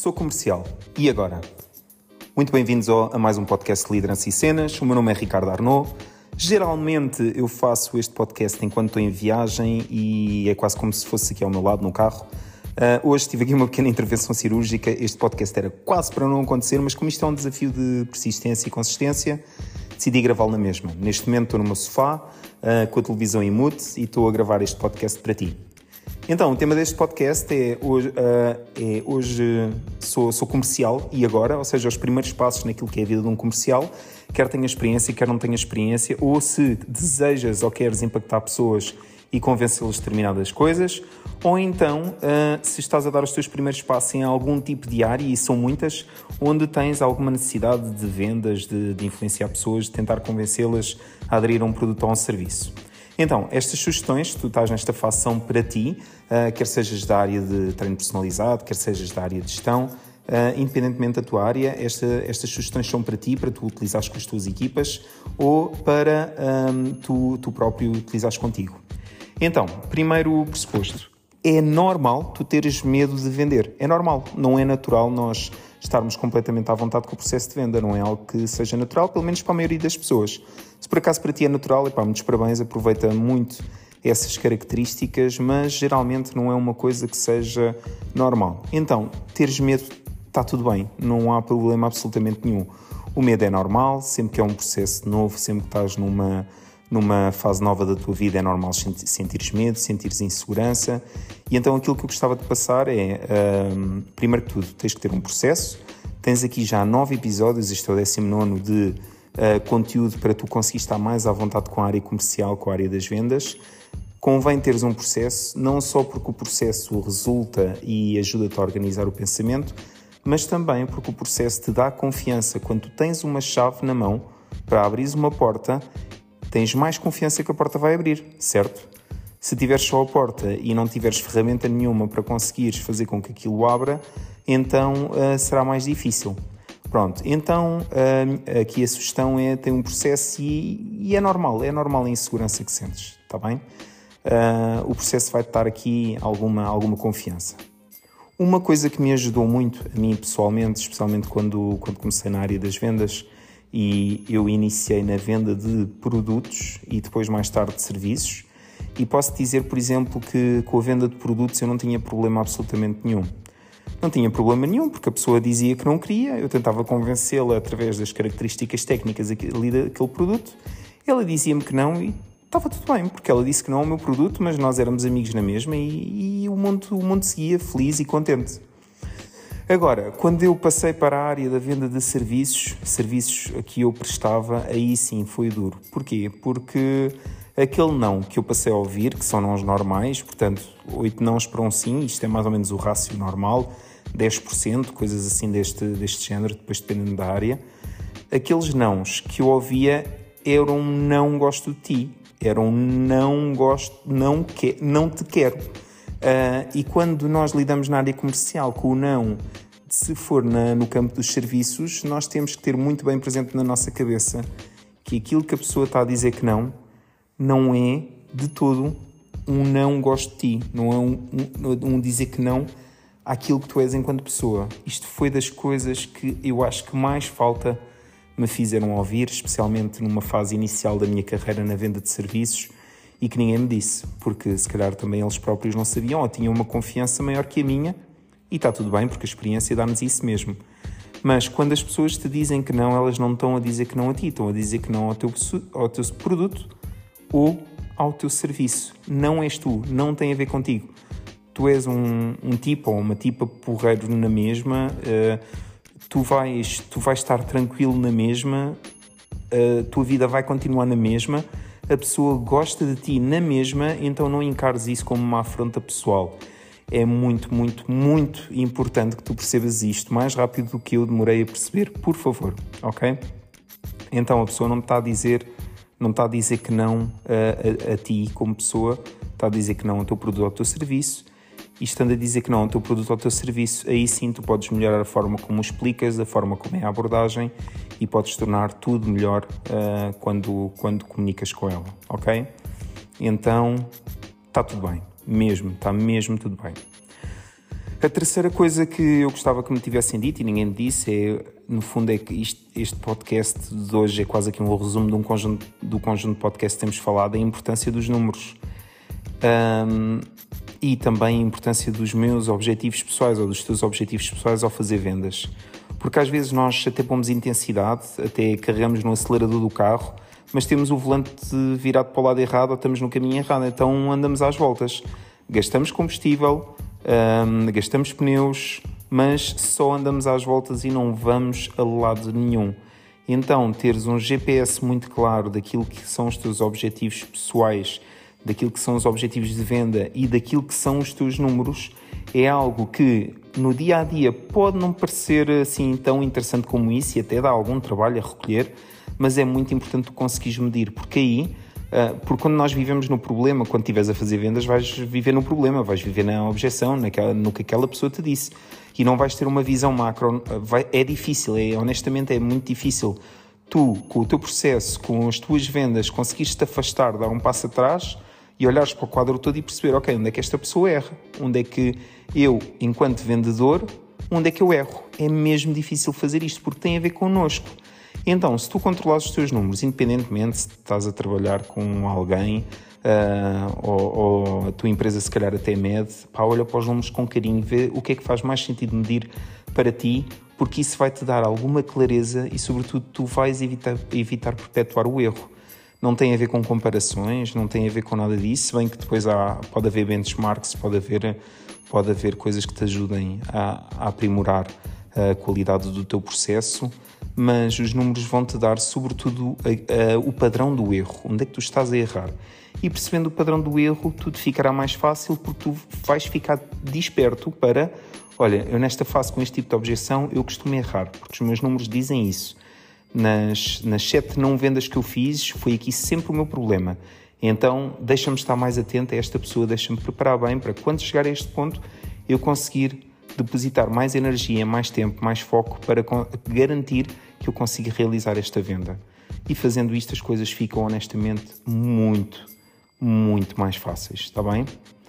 Sou comercial. E agora? Muito bem-vindos a mais um podcast de Liderança e Cenas. O meu nome é Ricardo Arnaud. Geralmente eu faço este podcast enquanto estou em viagem e é quase como se fosse aqui ao meu lado, no carro. Hoje tive aqui uma pequena intervenção cirúrgica. Este podcast era quase para não acontecer, mas como isto é um desafio de persistência e consistência, decidi gravá-lo na mesma. Neste momento estou no meu sofá, com a televisão em mute e estou a gravar este podcast para ti. Então, o tema deste podcast é hoje sou comercial e agora, ou seja, os primeiros passos naquilo que é a vida de um comercial, quer tenha experiência, quer não tenha experiência, ou se desejas ou queres impactar pessoas e convencê-las de determinadas coisas, ou então, se estás a dar os teus primeiros passos em algum tipo de área, e são muitas, onde tens alguma necessidade de vendas, de influenciar pessoas, de tentar convencê-las a aderir a um produto ou a um serviço. Então, estas sugestões, tu estás nesta fase, são para ti, quer sejas da área de treino personalizado, quer sejas da área de gestão, independentemente da tua área, estas sugestões são para ti, para tu utilizares com as tuas equipas ou para tu próprio utilizares contigo. Então, primeiro pressuposto, é normal tu teres medo de vender, é normal, não é natural nós estarmos completamente à vontade com o processo de venda, não é algo que seja natural, pelo menos para a maioria das pessoas. Se por acaso para ti é natural, muitos parabéns, aproveita muito essas características, mas geralmente não é uma coisa que seja normal. Então, teres medo está tudo bem, não há problema absolutamente nenhum. O medo é normal, sempre que é um processo novo, sempre que estás numa fase nova da tua vida é normal sentires medo, sentires insegurança. E então aquilo que eu gostava de passar é, primeiro que tudo, tens que ter um processo. Tens aqui já 9 episódios, este é o 19º de conteúdo para tu conseguir estar mais à vontade com a área comercial, com a área das vendas. Convém teres um processo, não só porque o processo resulta e ajuda-te a organizar o pensamento, mas também porque o processo te dá confiança. Quando tu tens uma chave na mão para abrir uma porta, tens mais confiança que a porta vai abrir, certo? Se tiveres só a porta e não tiveres ferramenta nenhuma para conseguires fazer com que aquilo abra, então será mais difícil. Pronto, então aqui a sugestão é ter um processo e é normal a insegurança que sentes, está bem? O processo vai-te dar aqui alguma confiança. Uma coisa que me ajudou muito, a mim pessoalmente, especialmente quando comecei na área das vendas, e eu iniciei na venda de produtos e depois mais tarde de serviços, e posso dizer, por exemplo, que com a venda de produtos eu não tinha problema absolutamente nenhum. Não tinha problema nenhum, porque a pessoa dizia que não queria, eu tentava convencê-la através das características técnicas ali daquele produto, ela dizia-me que não e estava tudo bem, porque ela disse que não é o meu produto, mas nós éramos amigos na mesma e o mundo seguia feliz e contente. Agora, quando eu passei para a área da venda de serviços que eu prestava, aí sim foi duro. Porquê? Porque aquele não que eu passei a ouvir, que são nãos normais, portanto, 8 nãos para um sim, isto é mais ou menos o rácio normal, 10%, coisas assim deste género, depois dependendo da área, aqueles nãos que eu ouvia eram um não gosto de ti, eram um não te quero. E quando nós lidamos na área comercial com o não, se for no campo dos serviços, nós temos que ter muito bem presente na nossa cabeça que aquilo que a pessoa está a dizer que não é de todo um não gosto de ti, não é um dizer que não àquilo que tu és enquanto pessoa. Isto foi das coisas que eu acho que mais falta me fizeram ouvir, especialmente numa fase inicial da minha carreira na venda de serviços, e que ninguém me disse, porque se calhar também eles próprios não sabiam ou tinham uma confiança maior que a minha, e está tudo bem, porque a experiência dá-nos isso mesmo. Mas quando as pessoas te dizem que não, elas não estão a dizer que não a ti, estão a dizer que não ao teu produto ou ao teu serviço. Não és tu, não tem a ver contigo. Tu és um tipo ou uma tipa porreiro na mesma, tu vais estar tranquilo na mesma, a tua vida vai continuar na mesma, a pessoa gosta de ti na mesma, então não encares isso como uma afronta pessoal. É muito, muito, muito importante que tu percebas isto mais rápido do que eu demorei a perceber, por favor, ok? Então a pessoa não está a dizer que não a ti como pessoa, está a dizer que não ao teu produto ou ao teu serviço, e estando a dizer que não ao teu produto ou ao teu serviço, aí sim tu podes melhorar a forma como explicas, a forma como é a abordagem e podes tornar tudo melhor quando comunicas com ela, ok? Então, está tudo bem, está mesmo tudo bem. A terceira coisa que eu gostava que me tivessem dito e ninguém me disse no fundo, é que este podcast de hoje é quase aqui um resumo do conjunto de podcasts que temos falado, a importância dos números e também a importância dos meus objetivos pessoais ou dos teus objetivos pessoais ao fazer vendas. Porque às vezes nós até pomos intensidade, até carregamos no acelerador do carro, mas temos o volante virado para o lado errado ou estamos no caminho errado, então andamos às voltas. Gastamos combustível, gastamos pneus, mas só andamos às voltas e não vamos a lado nenhum. Então, teres um GPS muito claro daquilo que são os teus objetivos pessoais, daquilo que são os objetivos de venda e daquilo que são os teus números, é algo que no dia-a-dia pode não parecer assim tão interessante como isso e até dá algum trabalho a recolher, mas é muito importante tu conseguires medir, porque aí... Porque quando nós vivemos no problema, quando estiveres a fazer vendas, vais viver no problema, vais viver na objeção, no que aquela pessoa te disse. E não vais ter uma visão macro. É difícil, honestamente é muito difícil. Tu, com o teu processo, com as tuas vendas, conseguires-te afastar, dar um passo atrás e olhares para o quadro todo e perceber, ok, onde é que esta pessoa erra? Onde é que eu, enquanto vendedor, onde é que eu erro? É mesmo difícil fazer isto, porque tem a ver connosco. Então, se tu controlares os teus números, independentemente se estás a trabalhar com alguém ou a tua empresa se calhar até mede, olha para os números com carinho, vê o que é que faz mais sentido medir para ti, porque isso vai-te dar alguma clareza e, sobretudo, tu vais evitar perpetuar o erro. Não tem a ver com comparações, não tem a ver com nada disso, se bem que depois pode haver benchmarks, pode haver coisas que te ajudem a aprimorar a qualidade do teu processo, mas os números vão-te dar, sobretudo, o padrão do erro, onde é que tu estás a errar. E percebendo o padrão do erro, tudo ficará mais fácil porque tu vais ficar desperto para, olha, eu nesta fase com este tipo de objeção, eu costumo errar, porque os meus números dizem isso. Nas 7 não vendas que eu fiz, foi aqui sempre o meu problema. Então, deixa-me estar mais atento a esta pessoa, deixa-me preparar bem para quando chegar a este ponto, eu conseguir depositar mais energia, mais tempo, mais foco para garantir que eu consiga realizar esta venda. E fazendo isto as coisas ficam honestamente muito, muito mais fáceis, está bem?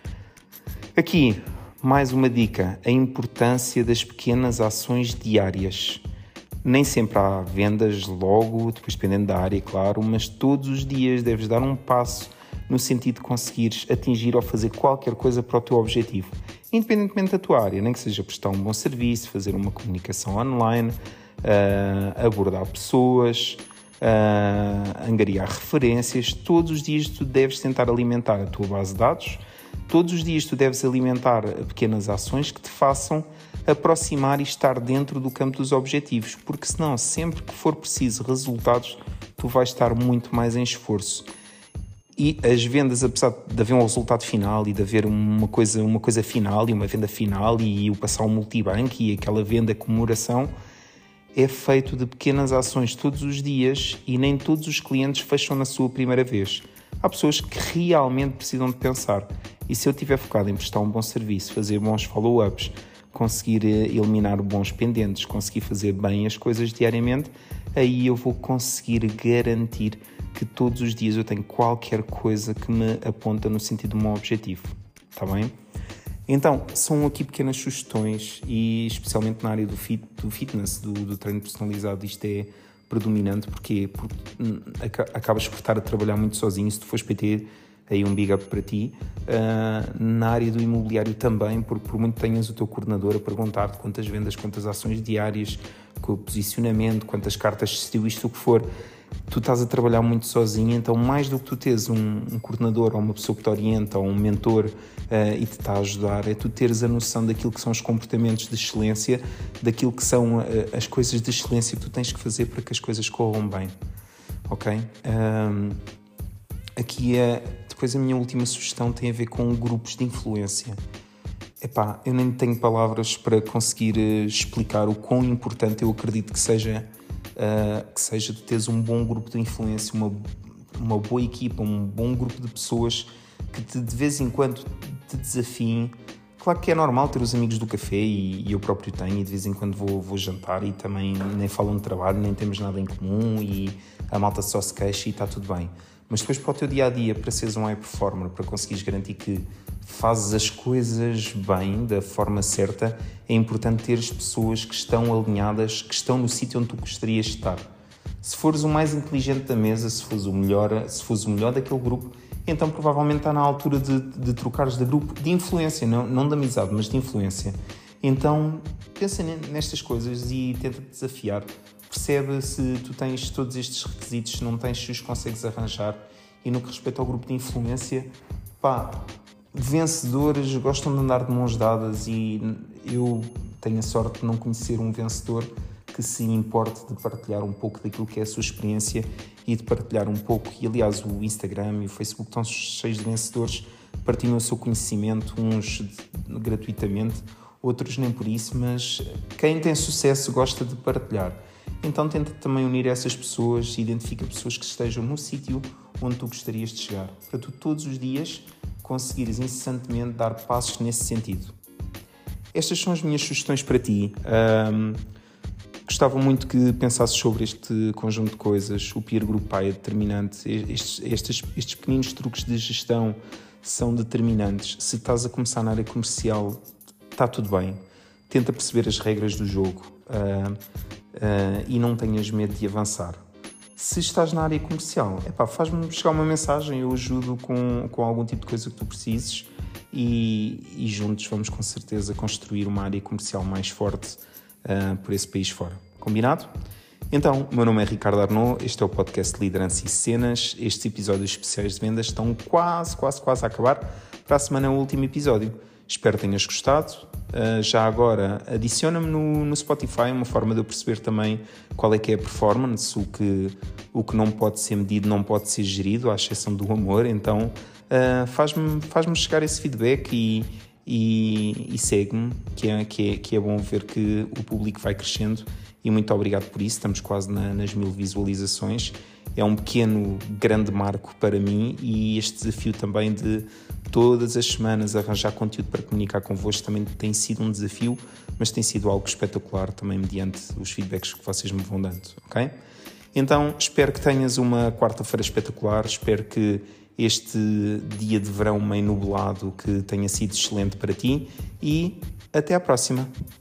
Aqui, mais uma dica, a importância das pequenas ações diárias. Nem sempre há vendas logo, depois dependendo da área, claro, mas todos os dias deves dar um passo no sentido de conseguires atingir ou fazer qualquer coisa para o teu objetivo. Independentemente da tua área, nem que seja prestar um bom serviço, fazer uma comunicação online, abordar pessoas, angariar referências. Todos os dias tu deves tentar alimentar a tua base de dados, todos os dias tu deves alimentar pequenas ações que te façam aproximar e estar dentro do campo dos objetivos, porque senão, sempre que for preciso resultados, tu vais estar muito mais em esforço. E as vendas, apesar de haver um resultado final e de haver uma coisa final e uma venda final e o passar um multibanco e aquela venda, comemoração, é feito de pequenas ações todos os dias e nem todos os clientes fecham na sua primeira vez. Há pessoas que realmente precisam de pensar. E se eu estiver focado em prestar um bom serviço, fazer bons follow-ups, conseguir eliminar bons pendentes, conseguir fazer bem as coisas diariamente, aí eu vou conseguir garantir que todos os dias eu tenho qualquer coisa que me aponta no sentido do meu objetivo, está bem? Então, são aqui pequenas sugestões e especialmente na área do fitness, do treino personalizado, isto é predominante. Porquê? Porque acabas por estar a trabalhar muito sozinho. Se tu fores PT, aí um big up para ti. Na área do imobiliário também, porque por muito tenhas o teu coordenador a perguntar-te quantas vendas, quantas ações diárias, com o posicionamento, quantas cartas se isto o que for, tu estás a trabalhar muito sozinho, então mais do que tu teres um coordenador ou uma pessoa que te orienta ou um mentor e te está a ajudar, é tu teres a noção daquilo que são os comportamentos de excelência, daquilo que são as coisas de excelência que tu tens que fazer para que as coisas corram bem, ok? Aqui depois a minha última sugestão tem a ver com grupos de influência. Eu nem tenho palavras para conseguir explicar o quão importante eu acredito que seja tu teres um bom grupo de influência, uma boa equipa, um bom grupo de pessoas que de vez em quando te desafiem. Claro que é normal ter os amigos do café e eu próprio tenho, e de vez em quando vou jantar e também nem falam de trabalho, nem temos nada em comum e a malta só se queixa e está tudo bem. Mas depois para o teu dia-a-dia, para seres um high performer, para conseguires garantir que fazes as coisas bem, da forma certa, é importante ter as pessoas que estão alinhadas, que estão no sítio onde tu gostarias de estar. Se fores o mais inteligente da mesa, se fores o melhor daquele grupo, então provavelmente está na altura de trocares de grupo de influência, não de amizade, mas de influência. Então pensa nestas coisas e tenta desafiar. Percebe se tu tens todos estes requisitos, se não tens, se os consegues arranjar. E no que respeita ao grupo de influência, vencedores gostam de andar de mãos dadas e eu tenho a sorte de não conhecer um vencedor que se importe de partilhar um pouco daquilo que é a sua experiência e de partilhar um pouco. E aliás, o Instagram e o Facebook estão cheios de vencedores, partilham o seu conhecimento, uns gratuitamente, outros nem por isso, mas quem tem sucesso gosta de partilhar. Então tenta também unir essas pessoas e identifica pessoas que estejam no sítio onde tu gostarias de chegar, para tu todos os dias conseguires incessantemente dar passos nesse sentido. Estas são as minhas sugestões para ti. Gostava muito que pensasses sobre este conjunto de coisas. O peer group é determinante. Estes pequeninos truques de gestão são determinantes. Se estás a começar na área comercial, está tudo bem. Tenta perceber as regras do jogo e não tenhas medo de avançar. Se estás na área comercial, faz-me chegar uma mensagem, eu ajudo com algum tipo de coisa que tu precises e juntos vamos com certeza construir uma área comercial mais forte por esse país fora. Combinado? Então, o meu nome é Ricardo Arnaud, este é o podcast Liderança e Cenas. Estes episódios especiais de vendas estão quase a acabar. Para a semana é o último episódio. Espero que tenhas gostado. Já agora, adiciona-me no Spotify, uma forma de eu perceber também qual é que é a performance, o que não pode ser medido, não pode ser gerido, à exceção do amor. Então, faz-me chegar esse feedback e segue-me, que é bom ver que o público vai crescendo e muito obrigado por isso. Estamos quase nas 1000 visualizações. É um grande marco para mim e este desafio também de todas as semanas arranjar conteúdo para comunicar convosco também tem sido um desafio, mas tem sido algo espetacular também mediante os feedbacks que vocês me vão dando, ok? Então espero que tenhas uma quarta-feira espetacular, espero que este dia de verão meio nublado que tenha sido excelente para ti e até à próxima.